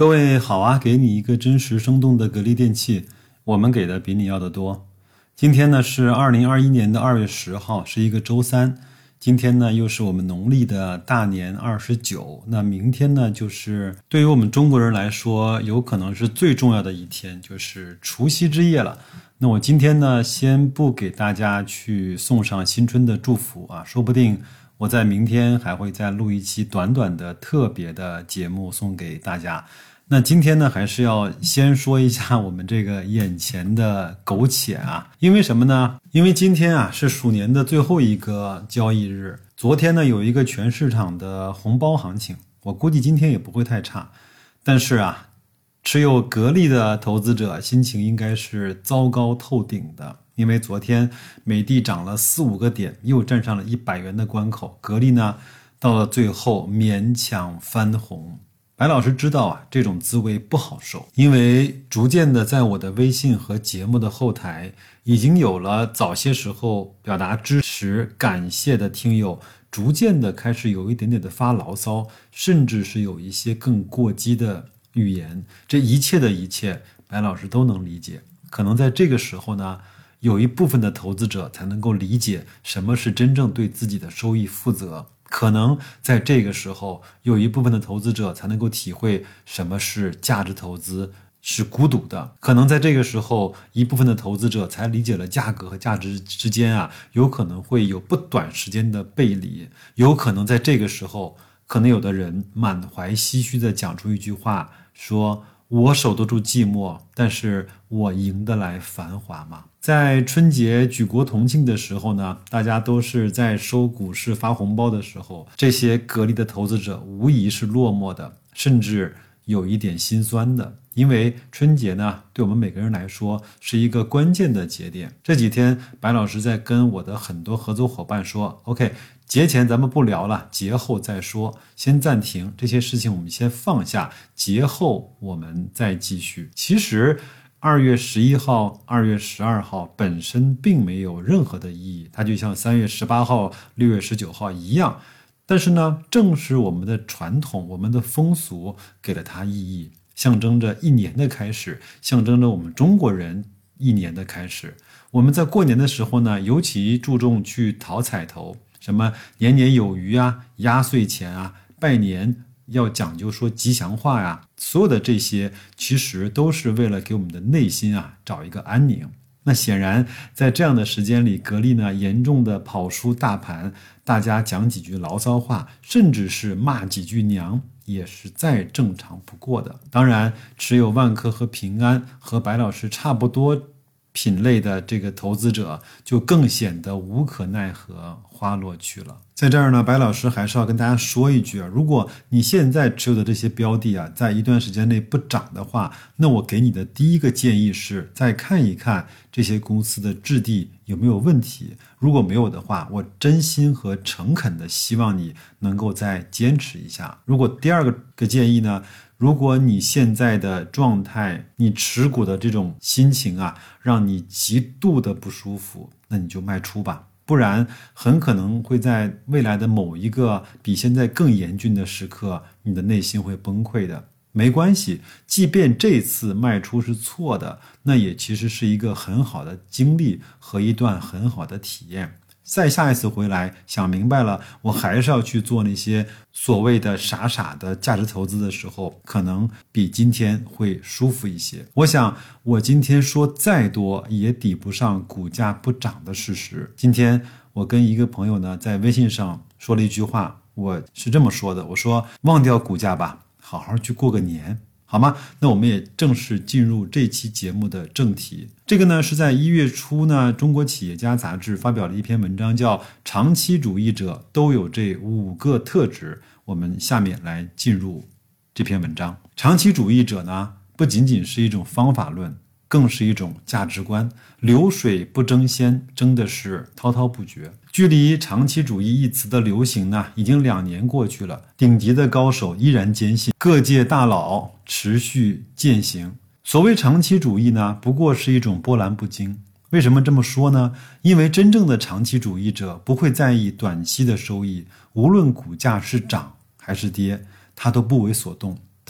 各位好啊，给你一个真实生动的格力电器，我们给的比你要的多。今天呢是2021年的2月10号，是一个周三。今天呢又是我们农历的大年29，那明天呢就是对于我们中国人来说有可能是最重要的一天，就是除夕之夜了。那我今天呢先不给大家去送上新春的祝福啊，说不定我在明天还会再录一期短短的特别的节目送给大家。那今天呢还是要先说一下我们这个眼前的苟且啊，因为什么呢？因为今天啊是鼠年的最后一个交易日，昨天呢有一个全市场的红包行情，我估计今天也不会太差，但是啊持有格力的投资者心情应该是糟糕透顶的，因为昨天美的涨了4-5个点，又站上了100元的关口，格力呢到了最后勉强翻红。白老师知道啊，这种滋味不好受，因为逐渐的在我的微信和节目的后台，已经有了早些时候表达支持感谢的听友，逐渐的开始有一点点的发牢骚，甚至是有一些更过激的语言。这一切的一切，白老师都能理解。可能在这个时候呢，有一部分的投资者才能够理解什么是真正对自己的收益负责。可能在这个时候，有一部分的投资者才能够体会什么是价值投资是孤独的。可能在这个时候，一部分的投资者才理解了价格和价值之间啊，有可能会有不短时间的背离。有可能在这个时候，可能有的人满怀唏嘘地讲出一句话，说我守得住寂寞，但是我赢得来繁华吗？在春节举国同庆的时候呢，大家都是在收股市发红包的时候，这些格力的投资者无疑是落寞的，甚至有一点心酸的。因为春节呢，对我们每个人来说是一个关键的节点。这几天白老师在跟我的很多合作伙伴说 OK， 节前咱们不聊了，节后再说，先暂停这些事情，我们先放下，节后我们再继续。其实2月11号、2月12号本身并没有任何的意义，它就像3月18号、6月19号一样。但是呢，正是我们的传统、我们的风俗给了它意义，象征着一年的开始，象征着我们中国人一年的开始。我们在过年的时候呢，尤其注重去讨彩头，什么年年有余啊、压岁钱啊、拜年要讲究说吉祥话呀，所有的这些其实都是为了给我们的内心啊找一个安宁。那显然在这样的时间里，格力呢严重的跑输大盘，大家讲几句牢骚话，甚至是骂几句娘，也是再正常不过的。当然持有万科和平安和白老师差不多品类的这个投资者就更显得无可奈何，花落去了。在这儿呢，白老师还是要跟大家说一句啊，如果你现在持有的这些标的啊，在一段时间内不涨的话，那我给你的第一个建议是再看一看这些公司的质地有没有问题。如果没有的话，我真心和诚恳的希望你能够再坚持一下。如果第二个建议呢，如果你现在的状态，你持股的这种心情啊，让你极度的不舒服，那你就卖出吧。不然很可能会在未来的某一个比现在更严峻的时刻，你的内心会崩溃的。没关系，即便这次卖出是错的，那也其实是一个很好的经历和一段很好的体验。再下一次回来想明白了，我还是要去做那些所谓的傻傻的价值投资的时候，可能比今天会舒服一些。我想我今天说再多也抵不上股价不涨的事实。今天我跟一个朋友呢在微信上说了一句话，我是这么说的，我说忘掉股价吧，好好去过个年，好吗？那我们也正式进入这期节目的正题。这个呢是在1月初呢，中国企业家杂志发表了一篇文章，叫长期主义者都有这5个特质。我们下面来进入这篇文章。长期主义者呢，不仅仅是一种方法论，更是一种价值观。流水不争先，争的是滔滔不绝。距离长期主义一词的流行呢，已经2年过去了，顶级的高手依然坚信，各界大佬持续践行。所谓长期主义呢，不过是一种波澜不惊。为什么这么说呢？因为真正的长期主义者不会在意短期的收益，无论股价是涨还是跌，他都不为所动。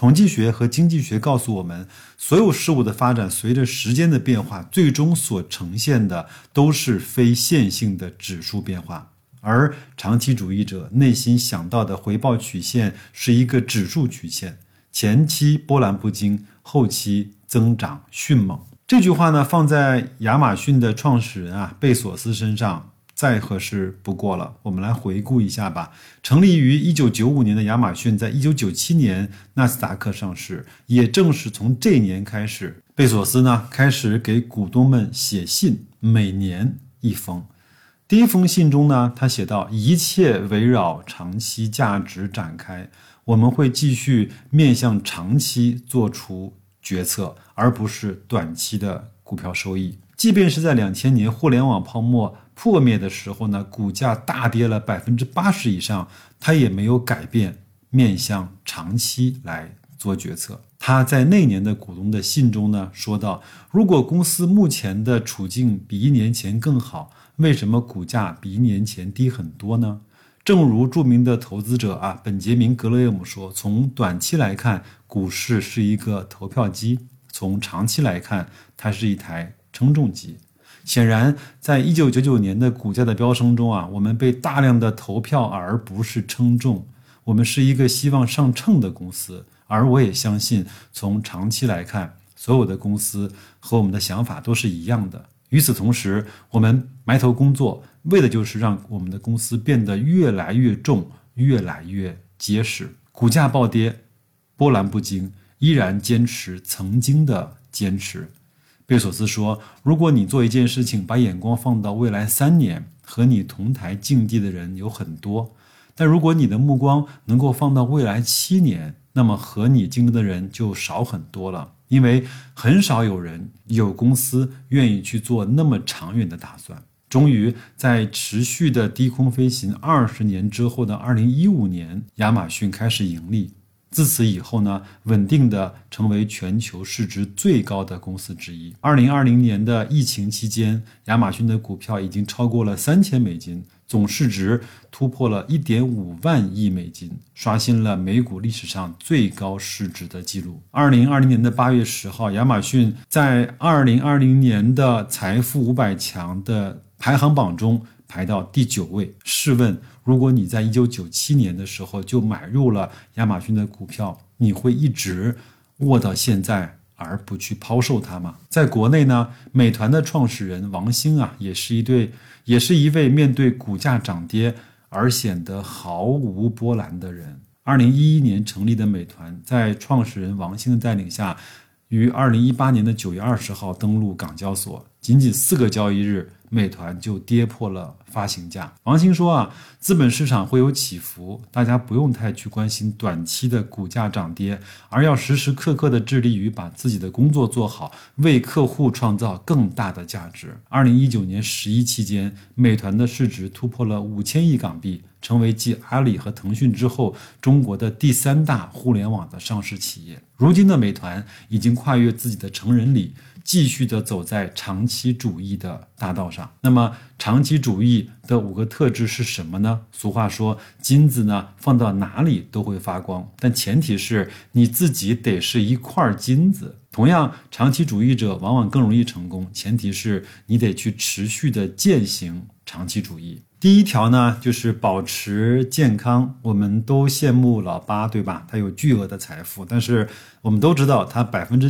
统计学和经济学告诉我们，所有事物的发展随着时间的变化，最终所呈现的都是非线性的指数变化。而长期主义者内心想到的回报曲线是一个指数曲线，前期波澜不惊，后期增长迅猛。这句话呢，放在亚马逊的创始人贝索斯身上再合适不过了。我们来回顾一下吧。成立于1995年的亚马逊在1997年纳斯达克上市，也正是从这年开始，贝索斯呢开始给股东们写信，每年一封。第一封信中呢，他写道：一切围绕长期价值展开，我们会继续面向长期做出决策，而不是短期的股票收益。即便是在2000年互联网泡沫破灭的时候呢，股价大跌了80%以上，他也没有改变面向长期来做决策。他在那年的股东的信中呢说道：如果公司目前的处境比1年前更好，为什么股价比1年前低很多呢？正如著名的投资者本杰明·格雷厄姆说，从短期来看，股市是一个投票机，从长期来看，它是一台称重机。显然，在1999年的股价的飙升中我们被大量的投票而不是称重。我们是一个希望上秤的公司，而我也相信，从长期来看，所有的公司和我们的想法都是一样的。与此同时，我们埋头工作，为的就是让我们的公司变得越来越重，越来越结实。股价暴跌，波澜不惊，依然坚持曾经的坚持。贝索斯说，如果你做一件事情，把眼光放到未来3年，和你同台竞技的人有很多，但如果你的目光能够放到未来7年，那么和你竞争的人就少很多了。因为很少有人有公司愿意去做那么长远的打算。终于在持续的低空飞行20年之后的2015年，亚马逊开始盈利。自此以后呢，稳定的成为全球市值最高的公司之一。2020年的疫情期间，亚马逊的股票已经超过了$3000，总市值突破了1.5万亿美金，刷新了美股历史上最高市值的记录。2020年的8月10号，亚马逊在2020年的财富500强的排行榜中排到第9位。试问，如果你在1997年的时候就买入了亚马逊的股票，你会一直握到现在而不去抛售它吗？在国内呢，美团的创始人王兴也是一位面对股价涨跌而显得毫无波澜的人。2011年成立的美团，在创始人王兴的带领下，于2018年的9月20号登陆港交所，仅仅4个交易日，美团就跌破了发行价。王兴说资本市场会有起伏，大家不用太去关心短期的股价涨跌，而要时时刻刻的致力于把自己的工作做好，为客户创造更大的价值。2019年11期间，美团的市值突破了5000亿港币，成为继阿里和腾讯之后中国的第3大互联网的上市企业。如今的美团已经跨越自己的成人礼，继续的走在长期主义的大道上。那么长期主义的5个特质是什么呢？俗话说，金子呢放到哪里都会发光，但前提是你自己得是一块金子。同样，长期主义者往往更容易成功，前提是你得去持续的践行长期主义。第一条呢，就是保持健康。我们都羡慕老八，对吧？他有巨额的财富，但是我们都知道他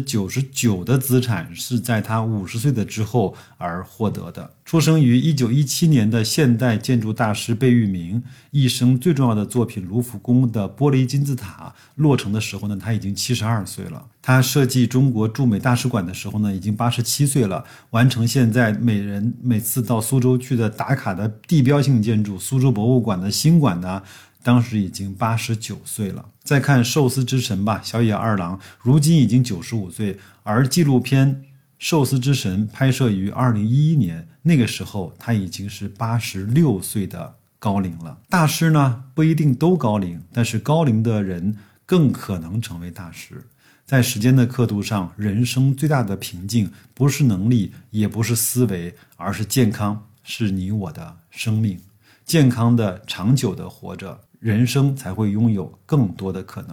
99%的资产是在他50岁的之后而获得的。出生于1917年的现代建筑大师贝聿铭，一生最重要的作品卢浮宫的玻璃金字塔落成的时候呢，他已经72岁了。他设计中国驻美大使馆的时候呢，已经87岁了。完成现在每次到苏州去的打卡的地标性建筑苏州博物馆的新馆呢，当时已经89岁了。再看寿司之神吧，小野二郎如今已经95岁，而纪录片寿司之神拍摄于2011年，那个时候他已经是86岁的高龄了。大师呢不一定都高龄，但是高龄的人更可能成为大师。在时间的刻度上，人生最大的瓶颈不是能力，也不是思维，而是健康，是你我的生命。健康的长久的活着，人生才会拥有更多的可能。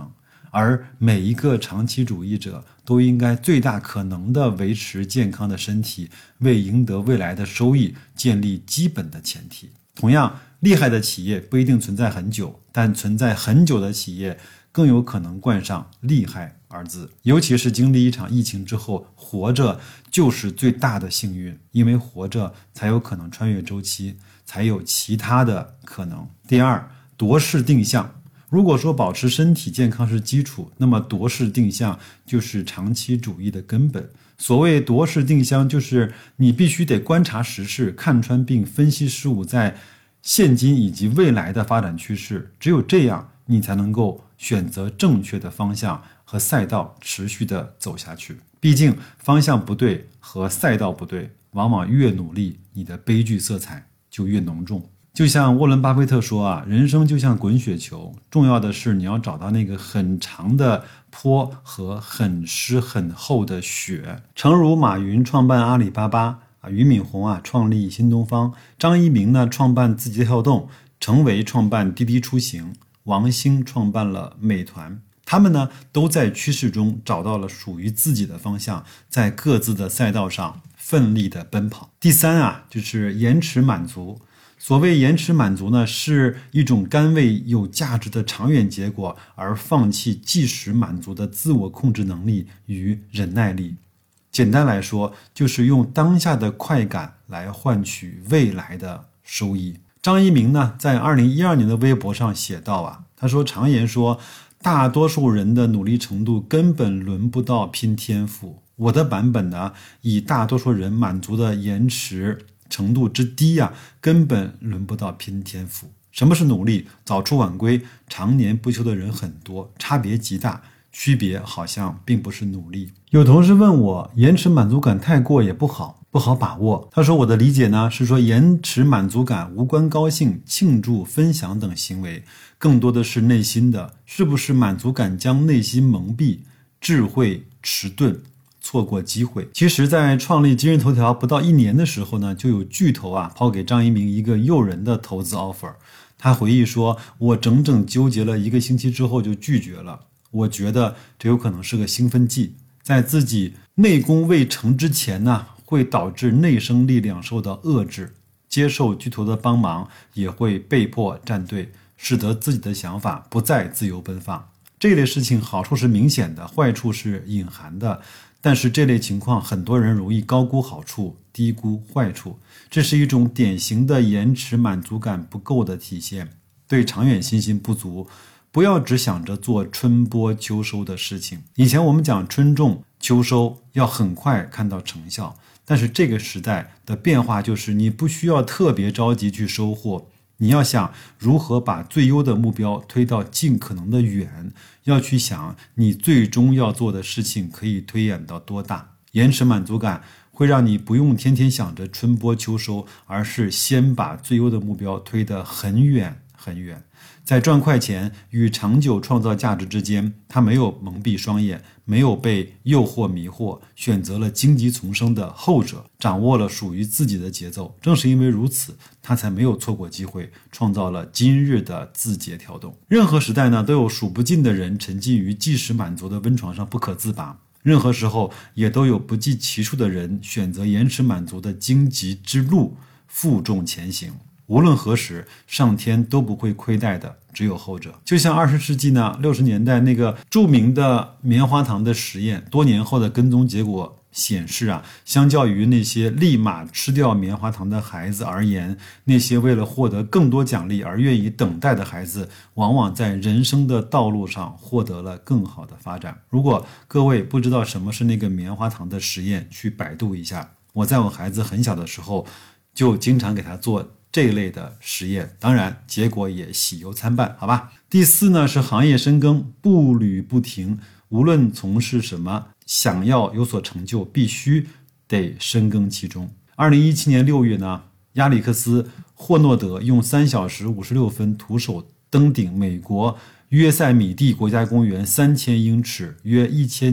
而每一个长期主义者都应该最大可能地维持健康的身体，为赢得未来的收益建立基本的前提。同样，厉害的企业不一定存在很久，但存在很久的企业更有可能冠上厉害二字。尤其是经历一场疫情之后，活着就是最大的幸运，因为活着才有可能穿越周期，才有其他的可能。第二，夺势定向。如果说保持身体健康是基础，那么夺势定向就是长期主义的根本。所谓夺势定向，就是你必须得观察时事，看穿并分析事物在现今以及未来的发展趋势，只有这样，你才能够选择正确的方向和赛道，持续的走下去。毕竟方向不对和赛道不对，往往越努力，你的悲剧色彩就越浓重。就像沃伦·巴菲特说啊，人生就像滚雪球，重要的是你要找到那个很长的坡和很湿很厚的雪。诚如马云创办阿里巴巴，俞敏洪创立新东方，张一鸣呢创办字节跳动，程维创办滴滴出行，王兴创办了美团。他们呢都在趋势中找到了属于自己的方向，在各自的赛道上奋力的奔跑。第三就是延迟满足。所谓延迟满足呢，是一种甘为有价值的长远结果而放弃即时满足的自我控制能力与忍耐力。简单来说，就是用当下的快感来换取未来的收益。张一鸣呢，在2012年的微博上写道他说，常言说大多数人的努力程度根本轮不到拼天赋。我的版本呢，以大多数人满足的延迟程度之低根本轮不到拼天赋。什么是努力？早出晚归、常年不休的人很多，差别极大，区别好像并不是努力。有同事问我，延迟满足感太过也不好把握。他说，我的理解呢是说，延迟满足感无关高兴、庆祝、分享等行为，更多的是内心的，是不是满足感将内心蒙蔽，智慧迟钝，错过机会。其实在创立今日头条不到1年的时候呢，就有巨头抛给张一鸣一个诱人的投资 offer。 他回忆说，我整整纠结了1个星期之后就拒绝了。我觉得这有可能是个兴奋剂，在自己内功未成之前呢，会导致内生力量受到遏制，接受巨头的帮忙也会被迫站队，使得自己的想法不再自由奔放。这类事情好处是明显的，坏处是隐含的，但是这类情况很多人容易高估好处，低估坏处，这是一种典型的延迟满足感不够的体现，对长远信心不足。不要只想着做春播秋收的事情。以前我们讲春种秋收要很快看到成效，但是这个时代的变化就是你不需要特别着急去收获，你要想如何把最优的目标推到尽可能的远，要去想你最终要做的事情可以推演到多大。延迟满足感会让你不用天天想着春播秋收，而是先把最优的目标推得很远很远。在赚快钱与长久创造价值之间，他没有蒙蔽双眼，没有被诱惑迷惑，选择了荆棘丛生的后者，掌握了属于自己的节奏。正是因为如此，他才没有错过机会，创造了今日的字节跳动。任何时代呢，都有数不尽的人沉浸于即时满足的温床上不可自拔，任何时候也都有不计其数的人选择延迟满足的荆棘之路，负重前行。无论何时，上天都不会亏待的，只有后者。就像20世纪60年代那个著名的棉花糖的实验，多年后的跟踪结果显示相较于那些立马吃掉棉花糖的孩子而言，那些为了获得更多奖励而愿意等待的孩子，往往在人生的道路上获得了更好的发展。如果各位不知道什么是那个棉花糖的实验，去百度一下。我在我孩子很小的时候就经常给他做这一类的实验，当然结果也喜忧参半，好吧。第四呢是行业深耕，步履不停，无论从事什么，想要有所成就，必须得深耕其中。2017年6月呢，亚历克斯·霍诺德用3小时56分徒手登顶美国约塞米蒂国家公园3000英尺约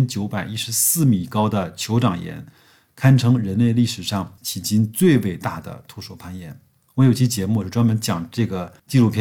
1914米高的酋长岩，堪称人类历史上迄今最伟大的徒手攀岩。我有期节目是专门讲这个纪录片的，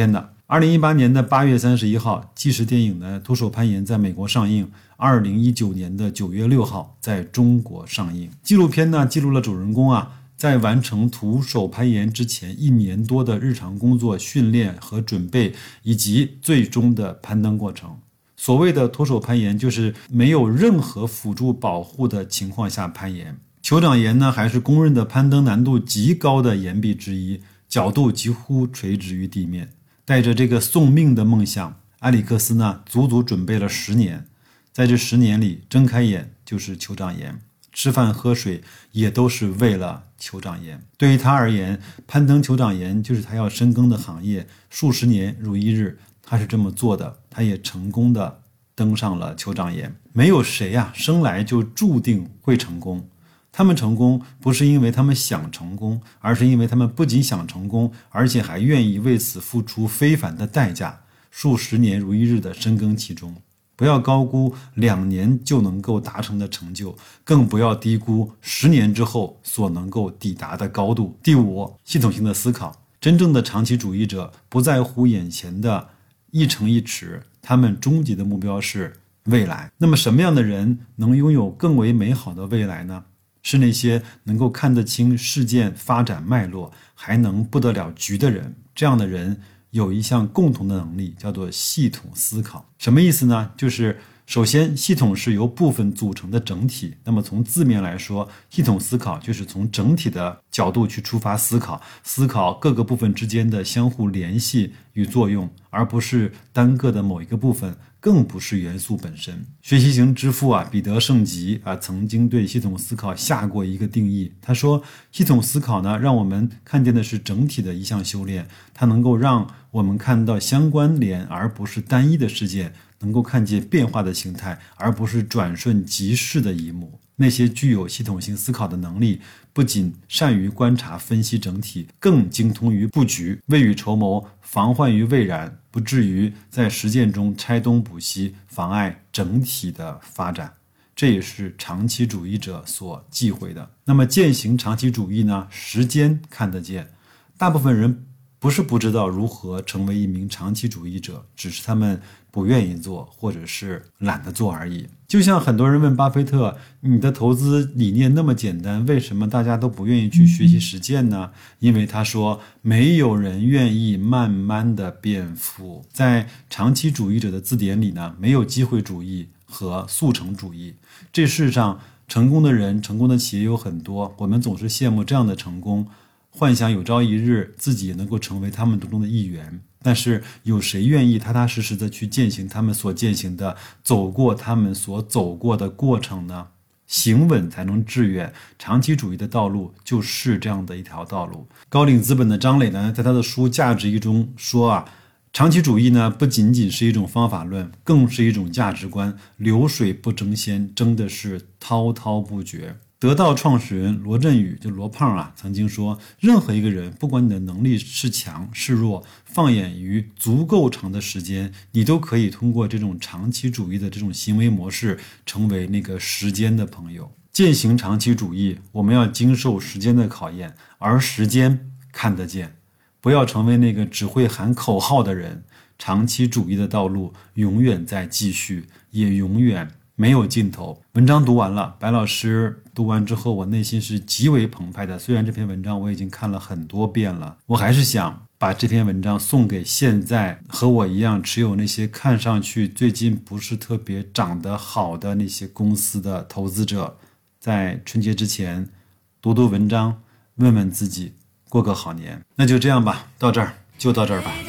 2018年的8月31号，纪实电影的《徒手攀岩》在美国上映，2019年的9月6号在中国上映。纪录片呢，记录了主人公在完成徒手攀岩之前1年多的日常工作、训练和准备，以及最终的攀登过程。所谓的徒手攀岩，就是没有任何辅助保护的情况下攀岩。酋长岩呢，还是公认的攀登难度极高的岩壁之一，角度几乎垂直于地面。带着这个送命的梦想，埃里克斯呢足足准备了10年。在这10年里，睁开眼就是酋长岩，吃饭喝水也都是为了酋长岩。对于他而言，攀登酋长岩就是他要深耕的行业，数十年如一日，他是这么做的，他也成功的登上了酋长岩。没有谁生来就注定会成功。他们成功不是因为他们想成功，而是因为他们不仅想成功，而且还愿意为此付出非凡的代价，数十年如一日的深耕其中。不要高估2年就能够达成的成就，更不要低估10年之后所能够抵达的高度。第5，系统性的思考。真正的长期主义者不在乎眼前的一城一尺，他们终极的目标是未来。那么什么样的人能拥有更为美好的未来呢？是那些能够看得清事件发展脉络，还能布得了局的人。这样的人有一项共同的能力，叫做系统思考。什么意思呢？就是首先，系统是由部分组成的整体。那么从字面来说，系统思考就是从整体的角度去出发思考各个部分之间的相互联系与作用，而不是单个的某一个部分，更不是元素本身。学习型之父彼得圣吉曾经对系统思考下过一个定义。他说，系统思考呢，让我们看见的是整体的一项修炼，它能够让我们看到相关联而不是单一的事件，能够看见变化的形态而不是转瞬即逝的一幕。那些具有系统性思考的能力，不仅善于观察分析整体，更精通于布局，未雨绸缪，防患于未然，不至于在实践中拆东补西，妨碍整体的发展。这也是长期主义者所忌讳的。那么践行长期主义呢？时间看得见。大部分人不是不知道如何成为一名长期主义者，只是他们不愿意做，或者是懒得做而已。就像很多人问巴菲特，你的投资理念那么简单，为什么大家都不愿意去学习实践呢？因为他说，没有人愿意慢慢的变富。在长期主义者的字典里呢，没有机会主义和速成主义。这世上成功的人，成功的企业有很多，我们总是羡慕这样的成功，幻想有朝一日自己也能够成为他们中的一员。但是有谁愿意踏踏实实的去践行他们所践行的，走过他们所走过的过程呢？行稳才能致远，长期主义的道路就是这样的一条道路。高瓴资本的张磊呢，在他的书《价值》中说长期主义呢，不仅仅是一种方法论，更是一种价值观。流水不争先，争的是滔滔不绝。得道创始人罗振宇，就罗胖曾经说，任何一个人，不管你的能力是强是弱，放眼于足够长的时间，你都可以通过这种长期主义的这种行为模式，成为那个时间的朋友。践行长期主义，我们要经受时间的考验，而时间看得见。不要成为那个只会喊口号的人。长期主义的道路永远在继续，也永远没有尽头。文章读完了，白老师读完之后，我内心是极为澎湃的。虽然这篇文章我已经看了很多遍了，我还是想把这篇文章送给现在和我一样持有那些看上去最近不是特别涨得好的那些公司的投资者。在春节之前读读文章，问问自己，过个好年。那就这样吧，到这儿就到这儿吧。